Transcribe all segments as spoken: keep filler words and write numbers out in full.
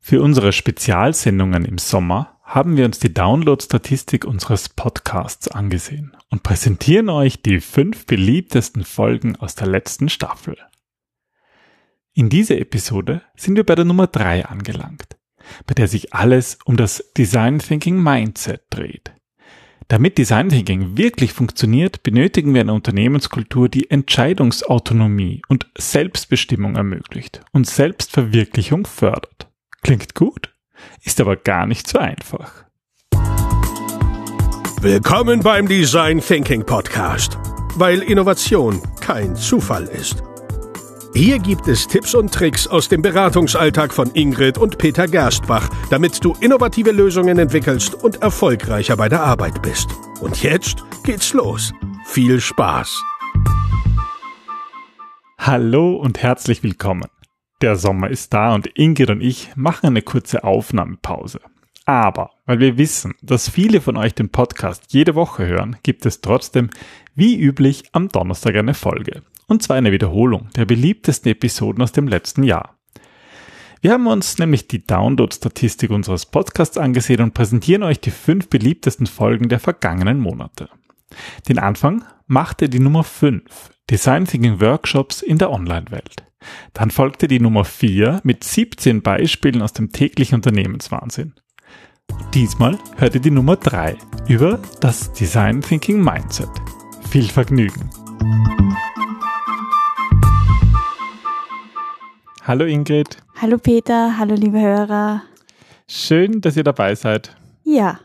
Für unsere Spezialsendungen im Sommer haben wir uns die Download-Statistik unseres Podcasts angesehen und präsentieren euch die fünf beliebtesten Folgen aus der letzten Staffel. In dieser Episode sind wir bei der Nummer drei angelangt, bei der sich alles um das Design Thinking Mindset dreht. Damit Design Thinking wirklich funktioniert, benötigen wir eine Unternehmenskultur, die Entscheidungsautonomie und Selbstbestimmung ermöglicht und Selbstverwirklichung fördert. Klingt gut, ist aber gar nicht so einfach. Willkommen beim Design Thinking Podcast, weil Innovation kein Zufall ist. Hier gibt es Tipps und Tricks aus dem Beratungsalltag von Ingrid und Peter Gerstbach, damit du innovative Lösungen entwickelst und erfolgreicher bei der Arbeit bist. Und jetzt geht's los. Viel Spaß! Hallo und herzlich willkommen. Der Sommer ist da und Ingrid und ich machen eine kurze Aufnahmepause. Aber weil wir wissen, dass viele von euch den Podcast jede Woche hören, gibt es trotzdem, wie üblich, am Donnerstag eine Folge. Und zwar eine Wiederholung der beliebtesten Episoden aus dem letzten Jahr. Wir haben uns nämlich die Download-Statistik unseres Podcasts angesehen und präsentieren euch die fünf beliebtesten Folgen der vergangenen Monate. Den Anfang machte die Nummer fünf, Design Thinking Workshops in der Online-Welt. Dann folgte die Nummer vier mit siebzehn Beispielen aus dem täglichen Unternehmenswahnsinn. Diesmal hört ihr die Nummer drei über das Design Thinking Mindset. Viel Vergnügen! Hallo Ingrid. Hallo Peter, hallo liebe Hörer. Schön, dass ihr dabei seid. Ja.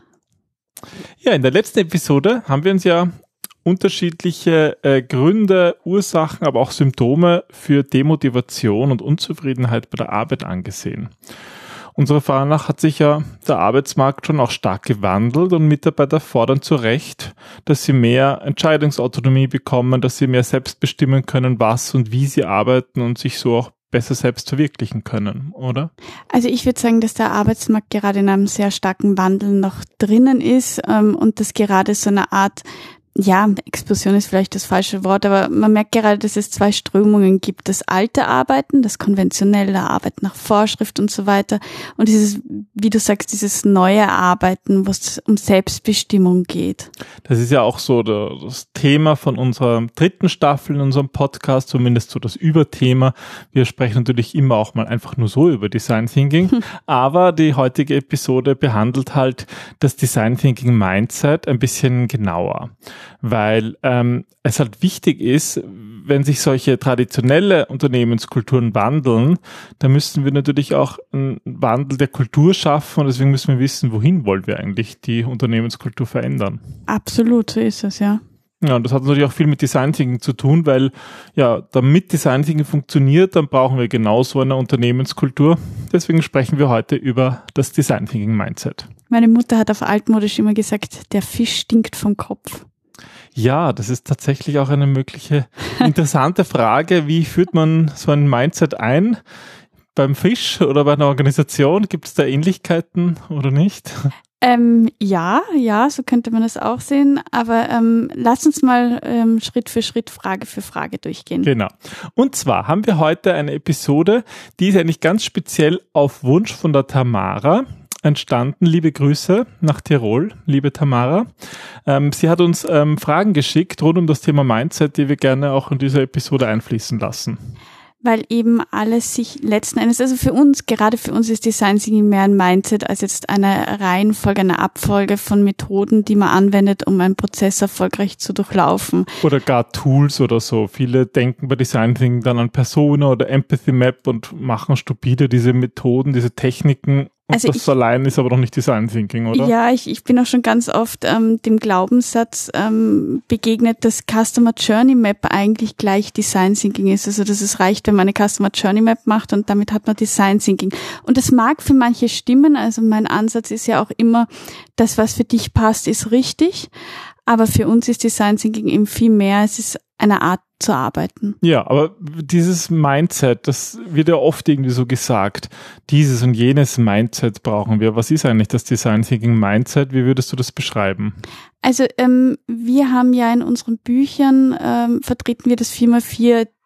Ja, in der letzten Episode haben wir uns ja unterschiedliche äh, Gründe, Ursachen, aber auch Symptome für Demotivation und Unzufriedenheit bei der Arbeit angesehen. Unserer Erfahrung nach hat sich ja der Arbeitsmarkt schon auch stark gewandelt und Mitarbeiter fordern zu Recht, dass sie mehr Entscheidungsautonomie bekommen, dass sie mehr selbst bestimmen können, was und wie sie arbeiten und sich so auch besser selbst verwirklichen können, oder? Also ich würde sagen, dass der Arbeitsmarkt gerade in einem sehr starken Wandel noch drinnen ist ähm, und dass gerade so eine Art, ja, Explosion ist vielleicht das falsche Wort, aber man merkt gerade, dass es zwei Strömungen gibt. Das alte Arbeiten, das konventionelle Arbeiten nach Vorschrift und so weiter und dieses, wie du sagst, dieses neue Arbeiten, wo es um Selbstbestimmung geht. Das ist ja auch so das Thema von unserer dritten Staffel in unserem Podcast, zumindest so das Überthema. Wir sprechen natürlich immer auch mal einfach nur so über Design Thinking, hm. aber die heutige Episode behandelt halt das Design Thinking Mindset ein bisschen genauer. Weil ähm, es halt wichtig ist, wenn sich solche traditionelle Unternehmenskulturen wandeln, dann müssen wir natürlich auch einen Wandel der Kultur schaffen und deswegen müssen wir wissen, wohin wollen wir eigentlich die Unternehmenskultur verändern. Absolut, so ist es, ja. Ja, und das hat natürlich auch viel mit Design Thinking zu tun, weil ja, damit Design Thinking funktioniert, dann brauchen wir genauso eine Unternehmenskultur. Deswegen sprechen wir heute über das Design Thinking Mindset. Meine Mutter hat auf altmodisch immer gesagt, der Fisch stinkt vom Kopf. Ja, das ist tatsächlich auch eine mögliche interessante Frage. Wie führt man so ein Mindset ein? Beim Fisch oder bei einer Organisation? Gibt es da Ähnlichkeiten oder nicht? Ähm, ja, ja, so könnte man es auch sehen. Aber ähm, lass uns mal ähm, Schritt für Schritt, Frage für Frage durchgehen. Genau. Und zwar haben wir heute eine Episode, die ist eigentlich ganz speziell auf Wunsch von der Tamara entstanden. Liebe Grüße nach Tirol, liebe Tamara. Ähm, sie hat uns ähm, Fragen geschickt rund um das Thema Mindset, die wir gerne auch in diese Episode einfließen lassen. Weil eben alles sich letzten Endes, also für uns, gerade für uns ist Design Thinking mehr ein Mindset als jetzt eine Reihenfolge, eine Abfolge von Methoden, die man anwendet, um einen Prozess erfolgreich zu durchlaufen. Oder gar Tools oder so. Viele denken bei Design Thinking dann an Persona oder Empathy Map und machen stupide diese Methoden, diese Techniken. Und also das ich, allein ist aber noch nicht Design Thinking, oder? Ja, ich, ich bin auch schon ganz oft ähm, dem Glaubenssatz ähm, begegnet, dass Customer Journey Map eigentlich gleich Design Thinking ist. Also dass es reicht, wenn man eine Customer Journey Map macht und damit hat man Design Thinking. Und das mag für manche stimmen. Also mein Ansatz ist ja auch immer, das, was für dich passt, ist richtig. Aber für uns ist Design Thinking eben viel mehr. Es ist eine Art zu arbeiten. Ja, aber dieses Mindset, das wird ja oft irgendwie so gesagt, dieses und jenes Mindset brauchen wir. Was ist eigentlich das Design Thinking Mindset? Wie würdest du das beschreiben? Also ähm, wir haben ja in unseren Büchern, ähm, vertreten wir das vier mal vier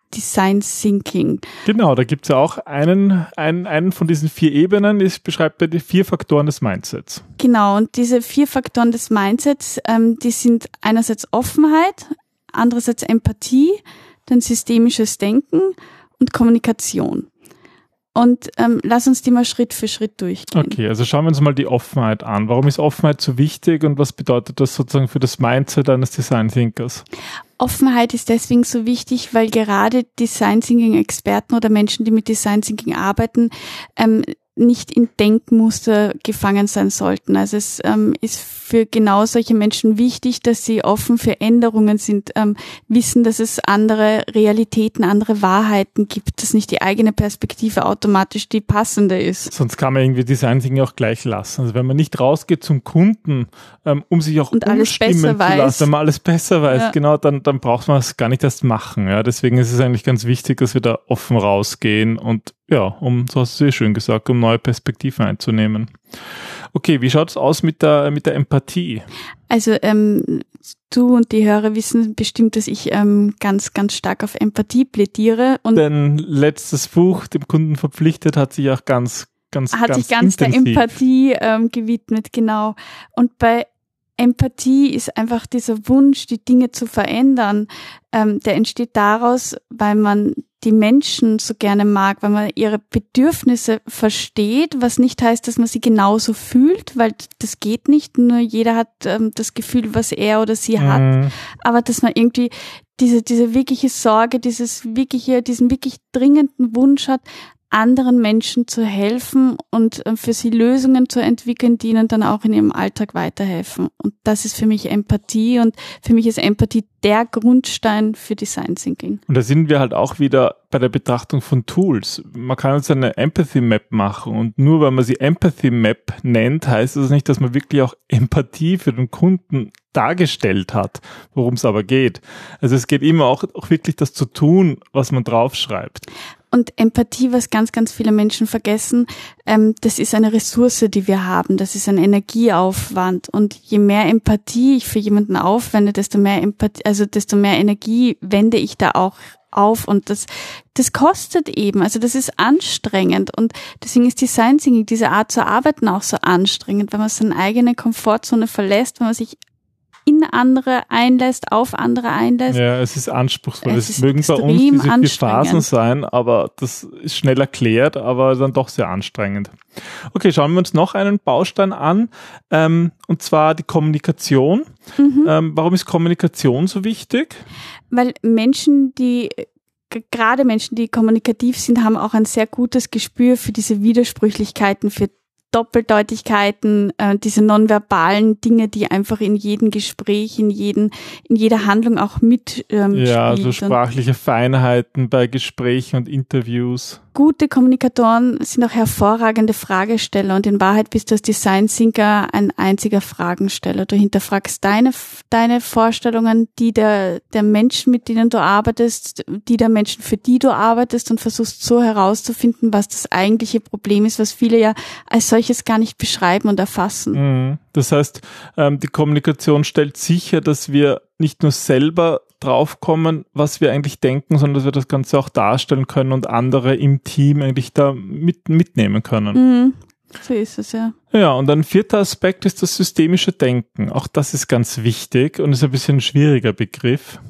Design Thinking. Genau, da gibt es ja auch einen, einen, einen von diesen vier Ebenen, das beschreibt ja die vier Faktoren des Mindsets. Genau, und diese vier Faktoren des Mindsets, ähm, die sind einerseits Offenheit, andererseits Empathie, dann systemisches Denken und Kommunikation. Und ähm, lass uns die mal Schritt für Schritt durchgehen. Okay, also schauen wir uns mal die Offenheit an. Warum ist Offenheit so wichtig und was bedeutet das sozusagen für das Mindset eines Design Thinkers? Offenheit ist deswegen so wichtig, weil gerade Design Thinking Experten oder Menschen, die mit Design Thinking arbeiten, ähm, nicht in Denkmuster gefangen sein sollten. Also es ähm, ist für genau solche Menschen wichtig, dass sie offen für Änderungen sind, ähm, wissen, dass es andere Realitäten, andere Wahrheiten gibt, dass nicht die eigene Perspektive automatisch die passende ist. Sonst kann man irgendwie Design Thinking auch gleich lassen. Also wenn man nicht rausgeht zum Kunden, ähm, um sich auch und alles besser zu weiß. lassen, wenn man alles besser weiß, ja. genau, dann, dann braucht man es gar nicht erst machen. Ja, deswegen ist es eigentlich ganz wichtig, dass wir da offen rausgehen und ja, um, so hast du es schön gesagt, um neue Perspektiven einzunehmen. Okay, wie schaut es aus mit der, mit der Empathie? Also ähm, du und die Hörer wissen bestimmt, dass ich ähm, ganz, ganz stark auf Empathie plädiere. Und dein letztes Buch, dem Kunden verpflichtet, hat sich auch ganz, ganz, hat ganz sich ganz intensiv der Empathie ähm, gewidmet, genau. Und bei Empathie ist einfach dieser Wunsch, die Dinge zu verändern, ähm, der entsteht daraus, weil man die Menschen so gerne mag, weil man ihre Bedürfnisse versteht, was nicht heißt, dass man sie genauso fühlt, weil das geht nicht, nur jeder hat ähm, das Gefühl, was er oder sie hat, Mhm. aber dass man irgendwie diese diese wirkliche Sorge, dieses wirkliche, diesen wirklich dringenden Wunsch hat, anderen Menschen zu helfen und äh, für sie Lösungen zu entwickeln, die ihnen dann auch in ihrem Alltag weiterhelfen. Und das ist für mich Empathie und für mich ist Empathie der Grundstein für Design Thinking. Und da sind wir halt auch wieder bei der Betrachtung von Tools. Man kann jetzt eine Empathy Map machen und nur weil man sie Empathy Map nennt, heißt das nicht, dass man wirklich auch Empathie für den Kunden dargestellt hat, worum es aber geht. Also es geht immer auch, auch wirklich das zu tun, was man draufschreibt. Und Empathie, was ganz, ganz viele Menschen vergessen, ähm, das ist eine Ressource, die wir haben. Das ist ein Energieaufwand. Und je mehr Empathie ich für jemanden aufwende, desto mehr Empathie, also desto mehr Energie wende ich da auch auf. Und das, das kostet eben. Also das ist anstrengend. Und deswegen ist Design Thinking, diese Art zu arbeiten, auch so anstrengend, wenn man seine eigene Komfortzone verlässt, wenn man sich in andere einlässt, auf andere einlässt. Ja, es ist anspruchsvoll. Es Es ist mögen bei uns extrem diese vier anstrengend. Phasen sein, aber das ist schnell erklärt, aber dann doch sehr anstrengend. Okay, schauen wir uns noch einen Baustein an, ähm, und zwar die Kommunikation. Mhm. Ähm, warum ist Kommunikation so wichtig? Weil Menschen, die g- gerade Menschen, die kommunikativ sind, haben auch ein sehr gutes Gespür für diese Widersprüchlichkeiten, für Doppeldeutigkeiten, äh, diese nonverbalen Dinge, die einfach in jedem Gespräch, in jedem, in jeder Handlung auch mit ähm, Ja, spielt. so sprachliche Feinheiten bei Gesprächen und Interviews. Gute Kommunikatoren sind auch hervorragende Fragesteller und in Wahrheit bist du als Design Thinker ein einziger Fragensteller. Du hinterfragst deine, deine Vorstellungen, die der, der Menschen, mit denen du arbeitest, die der Menschen, für die du arbeitest und versuchst so herauszufinden, was das eigentliche Problem ist, was viele ja als solches gar nicht beschreiben und erfassen. Mhm. Das heißt, ähm, die Kommunikation stellt sicher, dass wir nicht nur selber draufkommen, was wir eigentlich denken, sondern dass wir das Ganze auch darstellen können und andere im Team eigentlich da mit, mitnehmen können. Mhm. So ist es, ja. Ja, und ein vierter Aspekt ist das systemische Denken. Auch das ist ganz wichtig und ist ein bisschen ein schwieriger Begriff.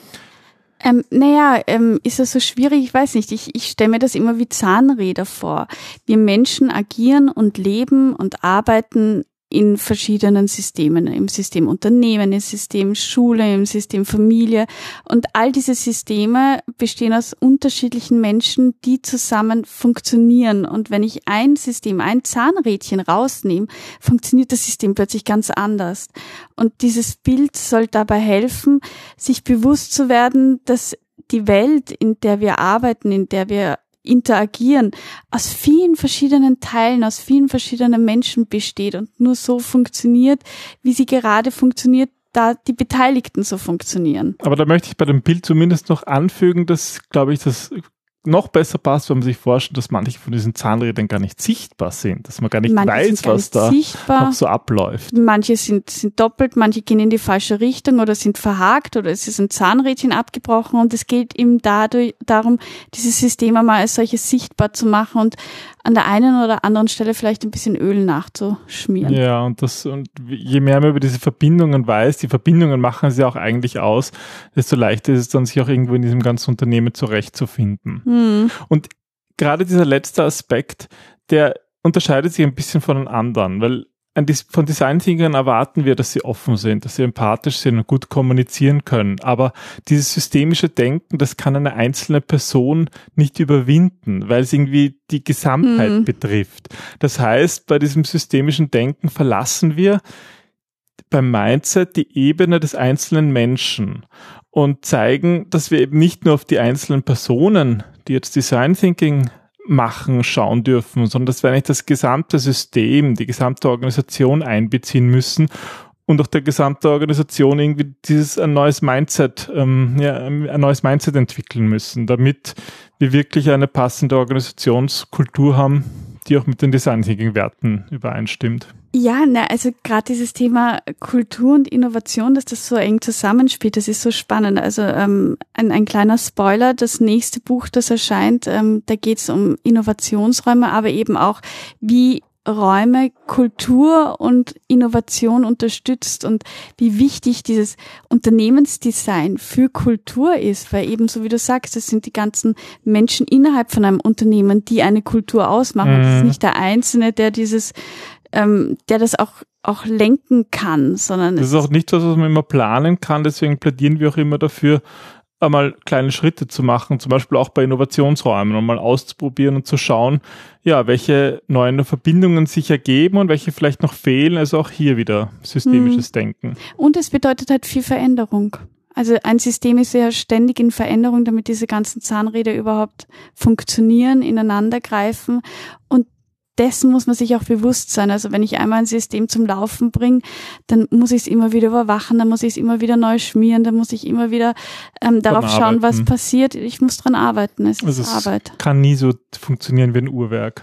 Ähm, naja, ähm, ist das so schwierig? Ich weiß nicht. Ich, ich stelle mir das immer wie Zahnräder vor. Wir Menschen agieren und leben und arbeiten in verschiedenen Systemen, im System Unternehmen, im System Schule, im System Familie. Und all diese Systeme bestehen aus unterschiedlichen Menschen, die zusammen funktionieren. Und wenn ich ein System, ein Zahnrädchen rausnehme, funktioniert das System plötzlich ganz anders. Und dieses Bild soll dabei helfen, sich bewusst zu werden, dass die Welt, in der wir arbeiten, in der wir interagieren, aus vielen verschiedenen Teilen, aus vielen verschiedenen Menschen besteht und nur so funktioniert, wie sie gerade funktioniert, da die Beteiligten so funktionieren. Aber da möchte ich bei dem Bild zumindest noch anfügen, dass, glaube ich, das noch besser passt, wenn man sich vorstellt, dass manche von diesen Zahnrädern gar nicht sichtbar sind, dass man gar nicht manche weiß, gar was nicht da sichtbar. noch so abläuft. Manche sind, sind doppelt, manche gehen in die falsche Richtung oder sind verhakt oder es ist ein Zahnrädchen abgebrochen und es geht eben dadurch, darum, dieses System einmal als solches sichtbar zu machen und an der einen oder anderen Stelle vielleicht ein bisschen Öl nachzuschmieren. Ja, und das, und je mehr man über diese Verbindungen weiß, die Verbindungen machen sie auch eigentlich aus, desto leichter ist es dann, sich auch irgendwo in diesem ganzen Unternehmen zurechtzufinden. Hm. Und gerade dieser letzte Aspekt, der unterscheidet sich ein bisschen von den anderen, weil von Design Thinkern erwarten wir, dass sie offen sind, dass sie empathisch sind und gut kommunizieren können. Aber dieses systemische Denken, das kann eine einzelne Person nicht überwinden, weil es irgendwie die Gesamtheit mhm. betrifft. Das heißt, bei diesem systemischen Denken verlassen wir beim Mindset die Ebene des einzelnen Menschen und zeigen, dass wir eben nicht nur auf die einzelnen Personen, die jetzt Design Thinking machen, schauen dürfen, sondern dass wir eigentlich das gesamte System, die gesamte Organisation einbeziehen müssen und auch der gesamte Organisation irgendwie dieses ein neues Mindset, ähm, ja, ein neues Mindset entwickeln müssen, damit wir wirklich eine passende Organisationskultur haben, die auch mit den Design Thinking Werten übereinstimmt. Ja, ne, also gerade dieses Thema Kultur und Innovation, dass das so eng zusammenspielt, das ist so spannend. Also ähm, ein, ein kleiner Spoiler, das nächste Buch, das erscheint, ähm, da geht es um Innovationsräume, aber eben auch, wie Räume Kultur und Innovation unterstützt und wie wichtig dieses Unternehmensdesign für Kultur ist, weil eben, so wie du sagst, es sind die ganzen Menschen innerhalb von einem Unternehmen, die eine Kultur ausmachen. Es ist nicht der Einzelne, der dieses ähm, der das auch auch lenken kann, sondern das ist auch nicht was, was man immer planen kann, deswegen plädieren wir auch immer dafür, einmal kleine Schritte zu machen, zum Beispiel auch bei Innovationsräumen, um mal auszuprobieren und zu schauen, ja, welche neuen Verbindungen sich ergeben und welche vielleicht noch fehlen, also auch hier wieder systemisches hm. Denken. Und es bedeutet halt viel Veränderung. Also ein System ist ja ständig in Veränderung, damit diese ganzen Zahnräder überhaupt funktionieren, ineinander greifen und dessen muss man sich auch bewusst sein. Also wenn ich einmal ein System zum Laufen bringe, dann muss ich es immer wieder überwachen, dann muss ich es immer wieder neu schmieren, dann muss ich immer wieder ähm, darauf schauen, was passiert. Ich muss dran arbeiten, es also ist es Arbeit. Kann nie so funktionieren wie ein Uhrwerk.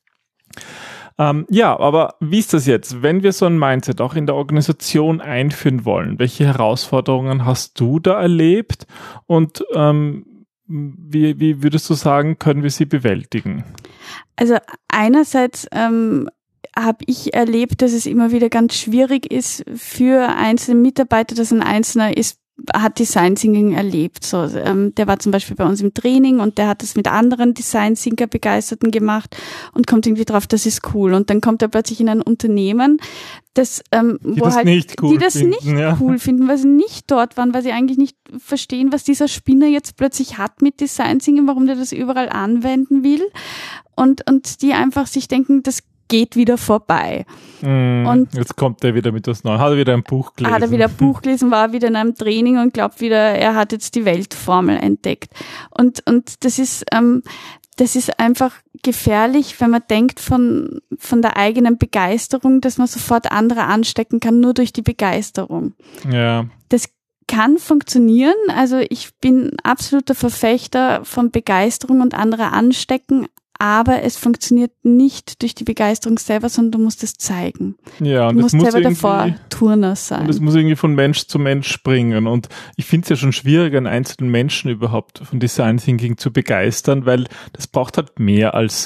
Ähm, ja, aber wie ist das jetzt, wenn wir so ein Mindset auch in der Organisation einführen wollen? Welche Herausforderungen hast du da erlebt und ähm, Wie, wie würdest du sagen, können wir sie bewältigen? Also einerseits ähm, habe ich erlebt, dass es immer wieder ganz schwierig ist für einzelne Mitarbeiter, dass ein Einzelner ist, hat Design Thinking erlebt. So, ähm, der war zum Beispiel bei uns im Training und der hat das mit anderen Design Thinker Begeisterten gemacht und kommt irgendwie drauf, das ist cool. Und dann kommt er plötzlich in ein Unternehmen, das, ähm, die wo das halt, nicht cool die das finden, nicht ja. cool finden, weil sie nicht dort waren, weil sie eigentlich nicht verstehen, was dieser Spinner jetzt plötzlich hat mit Design Thinking, warum der das überall anwenden will. Und, und die einfach sich denken, das geht wieder vorbei. Mm, und jetzt kommt er wieder mit was Neuem. Hat er wieder ein Buch gelesen? Hat er wieder ein Buch gelesen, war wieder in einem Training und glaubt wieder, er hat jetzt die Weltformel entdeckt. Und, und das ist, ähm, das ist einfach gefährlich, wenn man denkt von, von der eigenen Begeisterung, dass man sofort andere anstecken kann, nur durch die Begeisterung. Ja. Das kann funktionieren. Also ich bin absoluter Verfechter von Begeisterung und andere anstecken, aber es funktioniert nicht durch die Begeisterung selber, sondern du musst es zeigen. Ja, und du musst das muss selber davor Turner sein. Und es muss irgendwie von Mensch zu Mensch springen. Und ich finde es ja schon schwierig, einen einzelnen Menschen überhaupt von Design Thinking zu begeistern, weil das braucht halt mehr als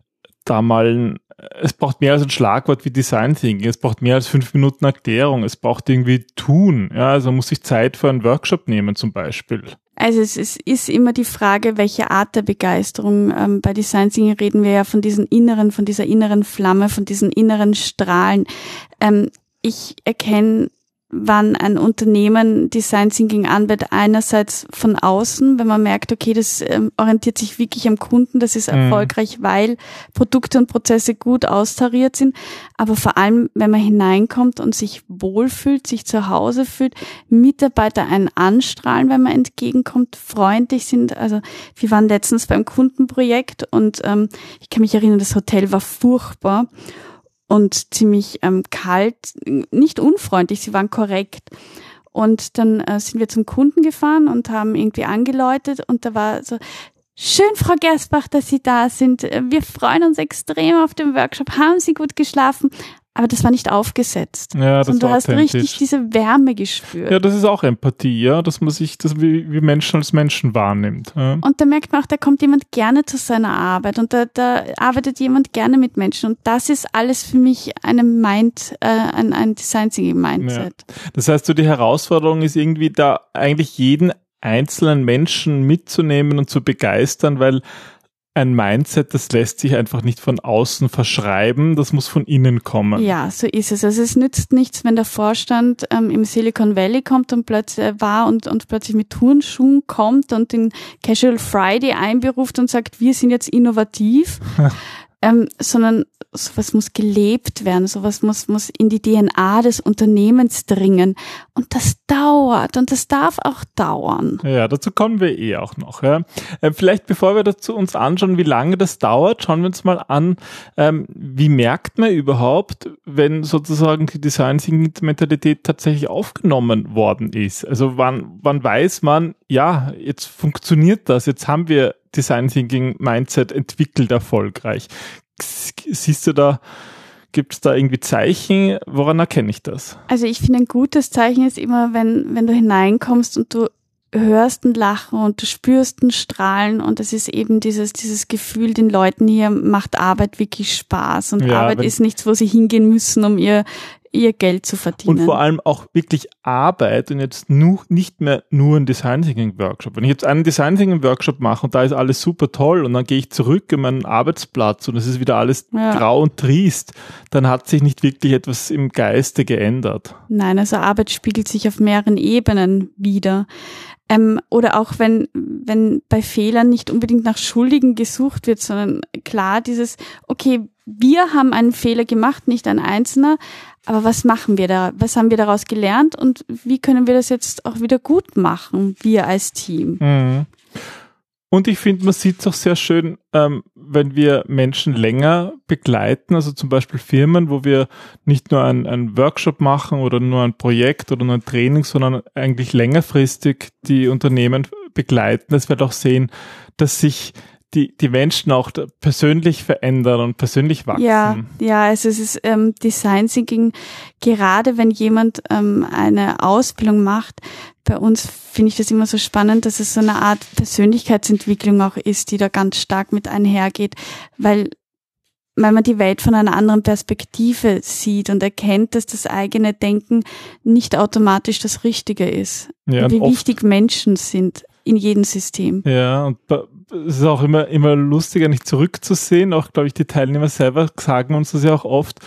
da mal ein, es braucht mehr als ein Schlagwort wie Design Thinking. Es braucht mehr als fünf Minuten Erklärung. Es braucht irgendwie Tun. Ja, also man muss sich Zeit für einen Workshop nehmen zum Beispiel. Also es ist, ist immer die Frage, welche Art der Begeisterung. Ähm, bei Design Thinking reden wir ja von diesen inneren, von dieser inneren Flamme, von diesen inneren Strahlen. Ähm, ich erkenne, wann ein Unternehmen Design Thinking anwendet, einerseits von außen, wenn man merkt, okay, das ähm, orientiert sich wirklich am Kunden, das ist erfolgreich, mhm. weil Produkte und Prozesse gut austariert sind, aber vor allem, wenn man hineinkommt und sich wohlfühlt, sich zu Hause fühlt, Mitarbeiter einen anstrahlen, wenn man entgegenkommt, freundlich sind. Also wir waren letztens beim Kundenprojekt und ähm, ich kann mich erinnern, das Hotel war furchtbar und ziemlich ähm, kalt, nicht unfreundlich, sie waren korrekt. Und dann äh, sind wir zum Kunden gefahren und haben irgendwie angeläutet und da war so, schön, Frau Gerstbach, dass Sie da sind. Wir freuen uns extrem auf den Workshop. Haben Sie gut geschlafen? Aber das war nicht aufgesetzt. Ja, das und du war hast richtig diese Wärme gespürt. Ja, das ist auch Empathie, ja, dass man sich das wie, wie Menschen als Menschen wahrnimmt. Ja. Und da merkt man auch, da kommt jemand gerne zu seiner Arbeit und da, da arbeitet jemand gerne mit Menschen. Und das ist alles für mich eine Mind, äh, ein, ein Design Thinking Mindset. Ja. Das heißt, so die Herausforderung ist irgendwie da eigentlich jeden einzelnen Menschen mitzunehmen und zu begeistern, weil ein Mindset, das lässt sich einfach nicht von außen verschreiben, das muss von innen kommen. Ja, so ist es. Also es nützt nichts, wenn der Vorstand ähm, im Silicon Valley kommt und plötzlich äh, war und, und plötzlich mit Turnschuhen kommt und den Casual Friday einberuft und sagt, wir sind jetzt innovativ, ähm, sondern sowas muss gelebt werden, sowas muss, muss in die D N A des Unternehmens dringen. Und das dauert und das darf auch dauern. Ja, dazu kommen wir eh auch noch. Ja. Ähm, vielleicht bevor wir dazu uns anschauen, wie lange das dauert, schauen wir uns mal an, ähm, wie merkt man überhaupt, wenn sozusagen die Design Thinking Mentalität tatsächlich aufgenommen worden ist? Also wann, wann weiß man, ja, jetzt funktioniert das, jetzt haben wir Design Thinking Mindset entwickelt erfolgreich. Siehst du da, gibt es da irgendwie Zeichen? Woran erkenne ich das? Also ich finde, ein gutes Zeichen ist immer, wenn, wenn du hineinkommst und du hörst ein Lachen und du spürst ein Strahlen und es ist eben dieses, dieses Gefühl, den Leuten hier macht Arbeit wirklich Spaß und ja, Arbeit ist nichts, wo sie hingehen müssen, um ihr ihr Geld zu verdienen. Und vor allem auch wirklich Arbeit und jetzt nu, nicht mehr nur ein Design Thinking Workshop. Wenn ich jetzt einen Design Thinking Workshop mache und da ist alles super toll und dann gehe ich zurück in meinen Arbeitsplatz und es ist wieder alles ja. grau und triest, dann hat sich nicht wirklich etwas im Geiste geändert. Nein, also Arbeit spiegelt sich auf mehreren Ebenen wieder. Ähm, oder auch wenn, wenn bei Fehlern nicht unbedingt nach Schuldigen gesucht wird, sondern klar dieses, okay, wir haben einen Fehler gemacht, nicht ein Einzelner, aber was machen wir da? Was haben wir daraus gelernt und wie können wir das jetzt auch wieder gut machen, wir als Team? Mhm. Und ich finde, man sieht es auch sehr schön, ähm, wenn wir Menschen länger begleiten, also zum Beispiel Firmen, wo wir nicht nur einen, einen Workshop machen oder nur ein Projekt oder nur ein Training, sondern eigentlich längerfristig die Unternehmen begleiten, dass wir doch sehen, dass sich die die Menschen auch persönlich verändern und persönlich wachsen. Ja, ja, also es ist ähm, Design Thinking, gerade wenn jemand ähm, eine Ausbildung macht, bei uns finde ich das immer so spannend, dass es so eine Art Persönlichkeitsentwicklung auch ist, die da ganz stark mit einhergeht, weil weil man die Welt von einer anderen Perspektive sieht und erkennt, dass das eigene Denken nicht automatisch das Richtige ist. Ja, und wie und wichtig Menschen sind in jedem System. Ja, und es ist auch immer, immer lustiger, nicht zurückzusehen. Auch, glaube ich, die Teilnehmer selber sagen uns das ja auch oft.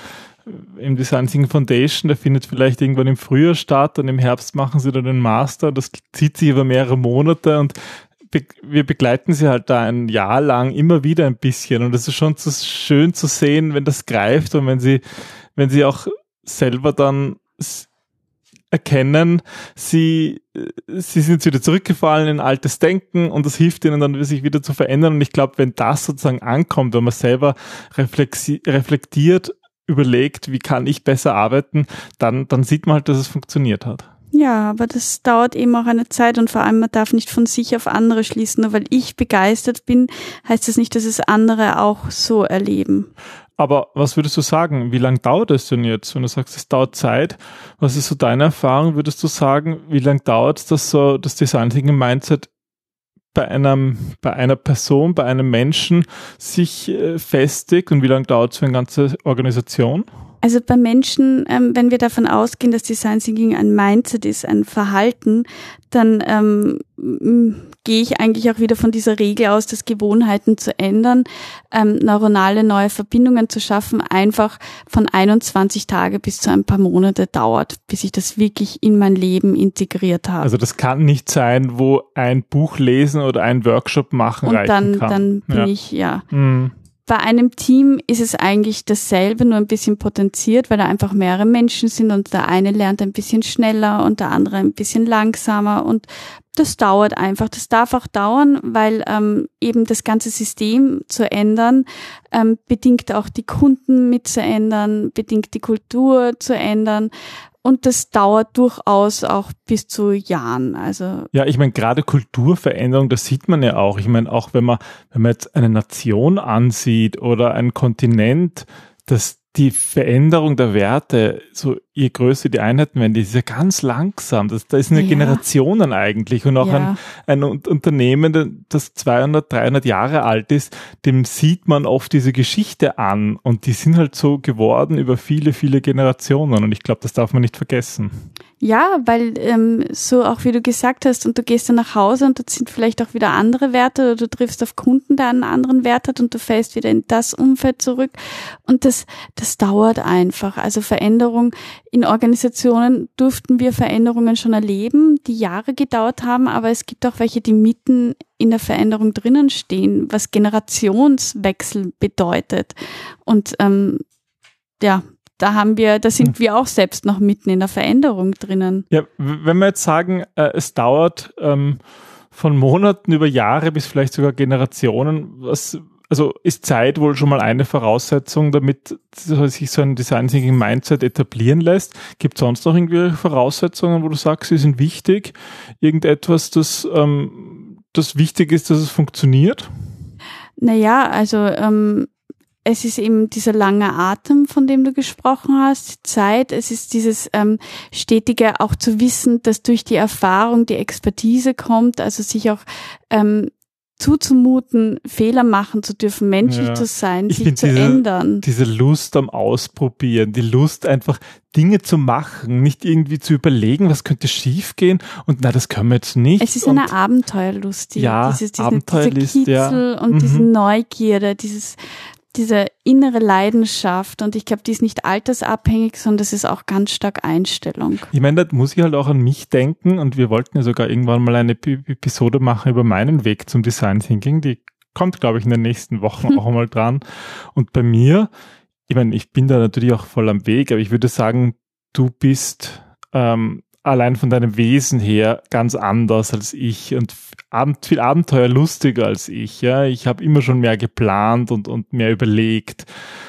Im Design Thinking Foundation, der findet vielleicht irgendwann im Frühjahr statt und im Herbst machen sie dann den Master. Das zieht sich über mehrere Monate und be- wir begleiten sie halt da ein Jahr lang immer wieder ein bisschen. Und es ist schon so schön zu sehen, wenn das greift und wenn sie, wenn sie auch selber dann erkennen, sie, sie sind jetzt wieder zurückgefallen in altes Denken und das hilft ihnen dann, sich wieder zu verändern. Und ich glaube, wenn das sozusagen ankommt, wenn man selber reflexi- reflektiert, überlegt, wie kann ich besser arbeiten, dann, dann sieht man halt, dass es funktioniert hat. Ja, aber das dauert eben auch eine Zeit und vor allem, man darf nicht von sich auf andere schließen. Nur weil ich begeistert bin, heißt das nicht, dass es andere auch so erleben. Aber was würdest du sagen, wie lange dauert es denn jetzt? Wenn du sagst, es dauert Zeit, was ist so deine Erfahrung? Würdest du sagen, wie lange dauert es, dass so das Design Thinking Mindset bei einem, bei einer Person, bei einem Menschen sich äh, festigt und wie lange dauert es für eine ganze Organisation? Also bei Menschen, ähm, wenn wir davon ausgehen, dass Design Thinking ein Mindset ist, ein Verhalten, dann ähm, m- gehe ich eigentlich auch wieder von dieser Regel aus, dass Gewohnheiten zu ändern, ähm, neuronale neue Verbindungen zu schaffen, einfach von einundzwanzig Tage bis zu ein paar Monate dauert, bis ich das wirklich in mein Leben integriert habe. Also das kann nicht sein, wo ein Buch lesen oder einen Workshop machen Und reichen dann, kann. dann bin ja. ich, ja. Mhm. Bei einem Team ist es eigentlich dasselbe, nur ein bisschen potenziert, weil da einfach mehrere Menschen sind und der eine lernt ein bisschen schneller und der andere ein bisschen langsamer und das dauert einfach. Das darf auch dauern, weil ähm, eben das ganze System zu ändern, ähm, bedingt auch die Kunden mitzuändern, bedingt die Kultur zu ändern Und das dauert durchaus auch bis zu Jahren. Also ja, ich meine, gerade Kulturveränderung, das sieht man ja auch. Ich meine, auch wenn man, wenn man jetzt eine Nation ansieht oder einen Kontinent, dass die Veränderung der Werte, so je größer die Einheiten werden, die ist ja ganz langsam. Das, da ist eine Ja. Generationen eigentlich. Und auch Ja. ein, ein Unternehmen, das zweihundert, dreihundert Jahre alt ist, dem sieht man oft diese Geschichte an. Und die sind halt so geworden über viele, viele Generationen. Und ich glaube, das darf man nicht vergessen. Ja, weil ähm, so auch wie du gesagt hast, und du gehst dann nach Hause und dort sind vielleicht auch wieder andere Werte oder du triffst auf Kunden, der einen anderen Wert hat und du fällst wieder in das Umfeld zurück und das das dauert einfach. Also Veränderung in Organisationen durften wir Veränderungen schon erleben, die Jahre gedauert haben, aber es gibt auch welche, die mitten in der Veränderung drinnen stehen, was Generationswechsel bedeutet und ähm, ja, Da haben wir, da sind wir auch selbst noch mitten in der Veränderung drinnen. Ja, wenn wir jetzt sagen, äh, es dauert ähm, von Monaten über Jahre bis vielleicht sogar Generationen, was, also ist Zeit wohl schon mal eine Voraussetzung, damit sich so ein Design Thinking Mindset etablieren lässt? Gibt es sonst noch irgendwelche Voraussetzungen, wo du sagst, sie sind wichtig? Irgendetwas, das, ähm, das wichtig ist, dass es funktioniert? Naja, also ähm, es ist eben dieser lange Atem, von dem du gesprochen hast, die Zeit. Es ist dieses ähm, stetige auch zu wissen, dass durch die Erfahrung die Expertise kommt, also sich auch ähm, zuzumuten, Fehler machen zu dürfen, menschlich Ja. zu sein, Ich sich find zu diese, ändern. Diese Lust am Ausprobieren, die Lust einfach Dinge zu machen, nicht irgendwie zu überlegen, was könnte schief gehen und na, das können wir jetzt nicht. Es ist und eine Abenteuerlust, die, Ja, dieses, diese, Abenteuerlust, dieser Kitzel ja. und Mhm. diese Neugierde, dieses diese innere Leidenschaft, und ich glaube, die ist nicht altersabhängig, sondern das ist auch ganz stark Einstellung. Ich meine, da muss ich halt auch an mich denken und wir wollten ja sogar irgendwann mal eine P- Episode machen über meinen Weg zum Design Thinking, die kommt, glaube ich, in den nächsten Wochen auch mal dran. Und bei mir, ich meine, ich bin da natürlich auch voll am Weg, aber ich würde sagen, du bist ähm, allein von deinem Wesen her ganz anders als ich und abend, viel abenteuerlustiger als ich. Ja, ich habe immer schon mehr geplant und, und mehr überlegt.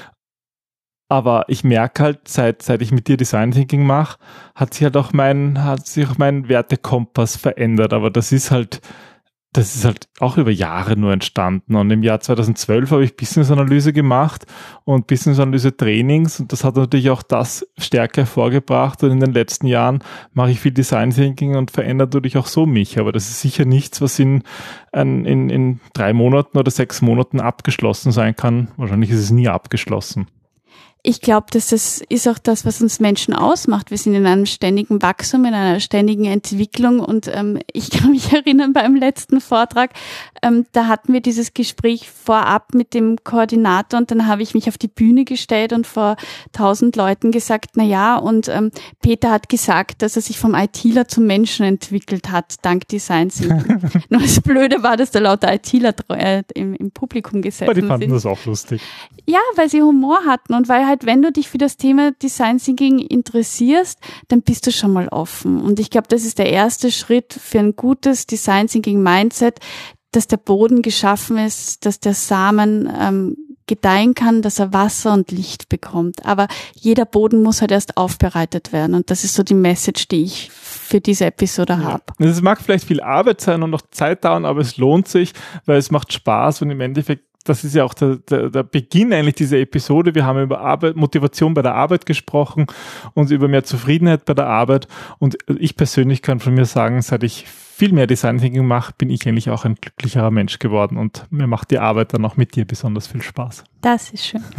Aber ich merke halt, seit, seit ich mit dir Design Thinking mache, hat sich halt auch mein, hat sich auch mein Wertekompass verändert. Aber das ist halt, das ist halt auch über Jahre nur entstanden. Und im Jahr zweitausendzwölf habe ich Business-Analyse gemacht und Business-Analyse-Trainings. Und das hat natürlich auch das stärker hervorgebracht. Und in den letzten Jahren mache ich viel Design Thinking und verändert natürlich auch so mich. Aber das ist sicher nichts, was in, in, in drei Monaten oder sechs Monaten abgeschlossen sein kann. Wahrscheinlich ist es nie abgeschlossen. Ich glaube, dass das ist auch das, was uns Menschen ausmacht. Wir sind in einem ständigen Wachstum, in einer ständigen Entwicklung und ähm, ich kann mich erinnern beim letzten Vortrag, ähm, da hatten wir dieses Gespräch vorab mit dem Koordinator und dann habe ich mich auf die Bühne gestellt und vor tausend Leuten gesagt, na ja, und ähm, Peter hat gesagt, dass er sich vom ITler zum Menschen entwickelt hat, dank Design Thinking. Nur das Blöde war, dass da lauter ITler äh, im, im Publikum gesessen Aber die fanden sind. das auch lustig. Ja, weil sie Humor hatten und weil halt, wenn du dich für das Thema Design Thinking interessierst, dann bist du schon mal offen. Und ich glaube, das ist der erste Schritt für ein gutes Design Thinking Mindset, dass der Boden geschaffen ist, dass der Samen ähm, gedeihen kann, dass er Wasser und Licht bekommt. Aber jeder Boden muss halt erst aufbereitet werden. Und das ist so die Message, die ich für diese Episode Ja. habe. Es mag vielleicht viel Arbeit sein und noch Zeit dauern, aber es lohnt sich, weil es macht Spaß und im Endeffekt, das ist ja auch der, der, der Beginn eigentlich dieser Episode. Wir haben über Arbeit, Motivation bei der Arbeit gesprochen und über mehr Zufriedenheit bei der Arbeit. Und ich persönlich kann von mir sagen, seit ich viel mehr Design Thinking mache, bin ich eigentlich auch ein glücklicherer Mensch geworden und mir macht die Arbeit dann auch mit dir besonders viel Spaß. Das ist schön.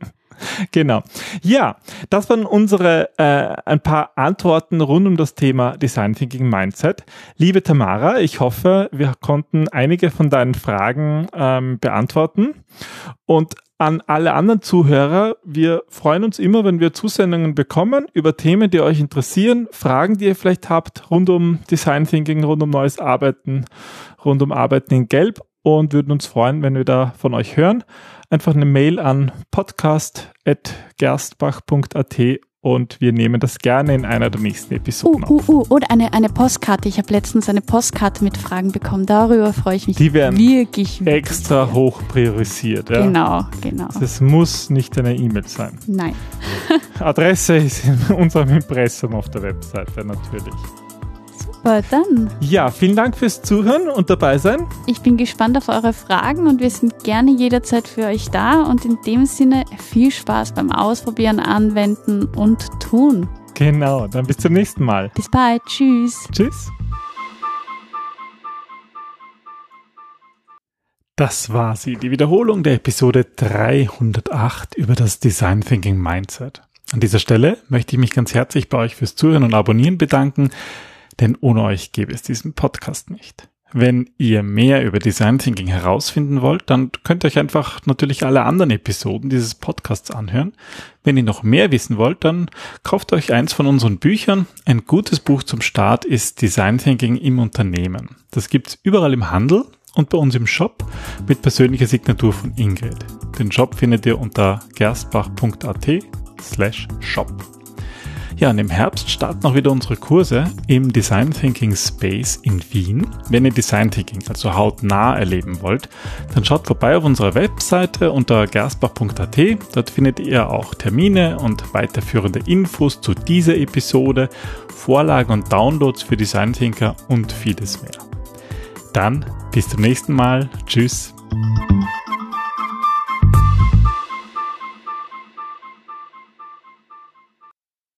Genau. Ja, das waren unsere äh, ein paar Antworten rund um das Thema Design Thinking Mindset. Liebe Tamara, ich hoffe, wir konnten einige von deinen Fragen ähm, beantworten. Und an alle anderen Zuhörer, wir freuen uns immer, wenn wir Zusendungen bekommen über Themen, die euch interessieren, Fragen, die ihr vielleicht habt rund um Design Thinking, rund um neues Arbeiten, rund um Arbeiten in Gelb und würden uns freuen, wenn wir da von euch hören. Einfach eine Mail an podcast at gerstbach punkt at und wir nehmen das gerne in einer der nächsten Episoden uh, auf. Uh, uh, oder eine, eine Postkarte. Ich habe letztens eine Postkarte mit Fragen bekommen. Darüber freue ich mich Die werden wirklich, wirklich extra sehr. hoch priorisiert. Ja? Genau, genau. Das muss nicht eine E-Mail sein. Nein. Adresse ist in unserem Impressum auf der Webseite natürlich. Super, dann. Ja, vielen Dank fürs Zuhören und dabei sein. Ich bin gespannt auf eure Fragen und wir sind gerne jederzeit für euch da. Und in dem Sinne viel Spaß beim Ausprobieren, Anwenden und Tun. Genau, dann bis zum nächsten Mal. Bis bald. Tschüss. Tschüss. Das war sie, die Wiederholung der Episode dreihundertacht über das Design Thinking Mindset. An dieser Stelle möchte ich mich ganz herzlich bei euch fürs Zuhören und Abonnieren bedanken, denn ohne euch gäbe es diesen Podcast nicht. Wenn ihr mehr über Design Thinking herausfinden wollt, dann könnt ihr euch einfach natürlich alle anderen Episoden dieses Podcasts anhören. Wenn ihr noch mehr wissen wollt, dann kauft euch eins von unseren Büchern. Ein gutes Buch zum Start ist Design Thinking im Unternehmen. Das gibt's überall im Handel und bei uns im Shop mit persönlicher Signatur von Ingrid. Den Shop findet ihr unter gerstbach.at slash shop. Ja, und im Herbst starten auch wieder unsere Kurse im Design Thinking Space in Wien. Wenn ihr Design Thinking also hautnah erleben wollt, dann schaut vorbei auf unserer Webseite unter gerstbach.at. Dort findet ihr auch Termine und weiterführende Infos zu dieser Episode, Vorlagen und Downloads für Design Thinker und vieles mehr. Dann bis zum nächsten Mal. Tschüss.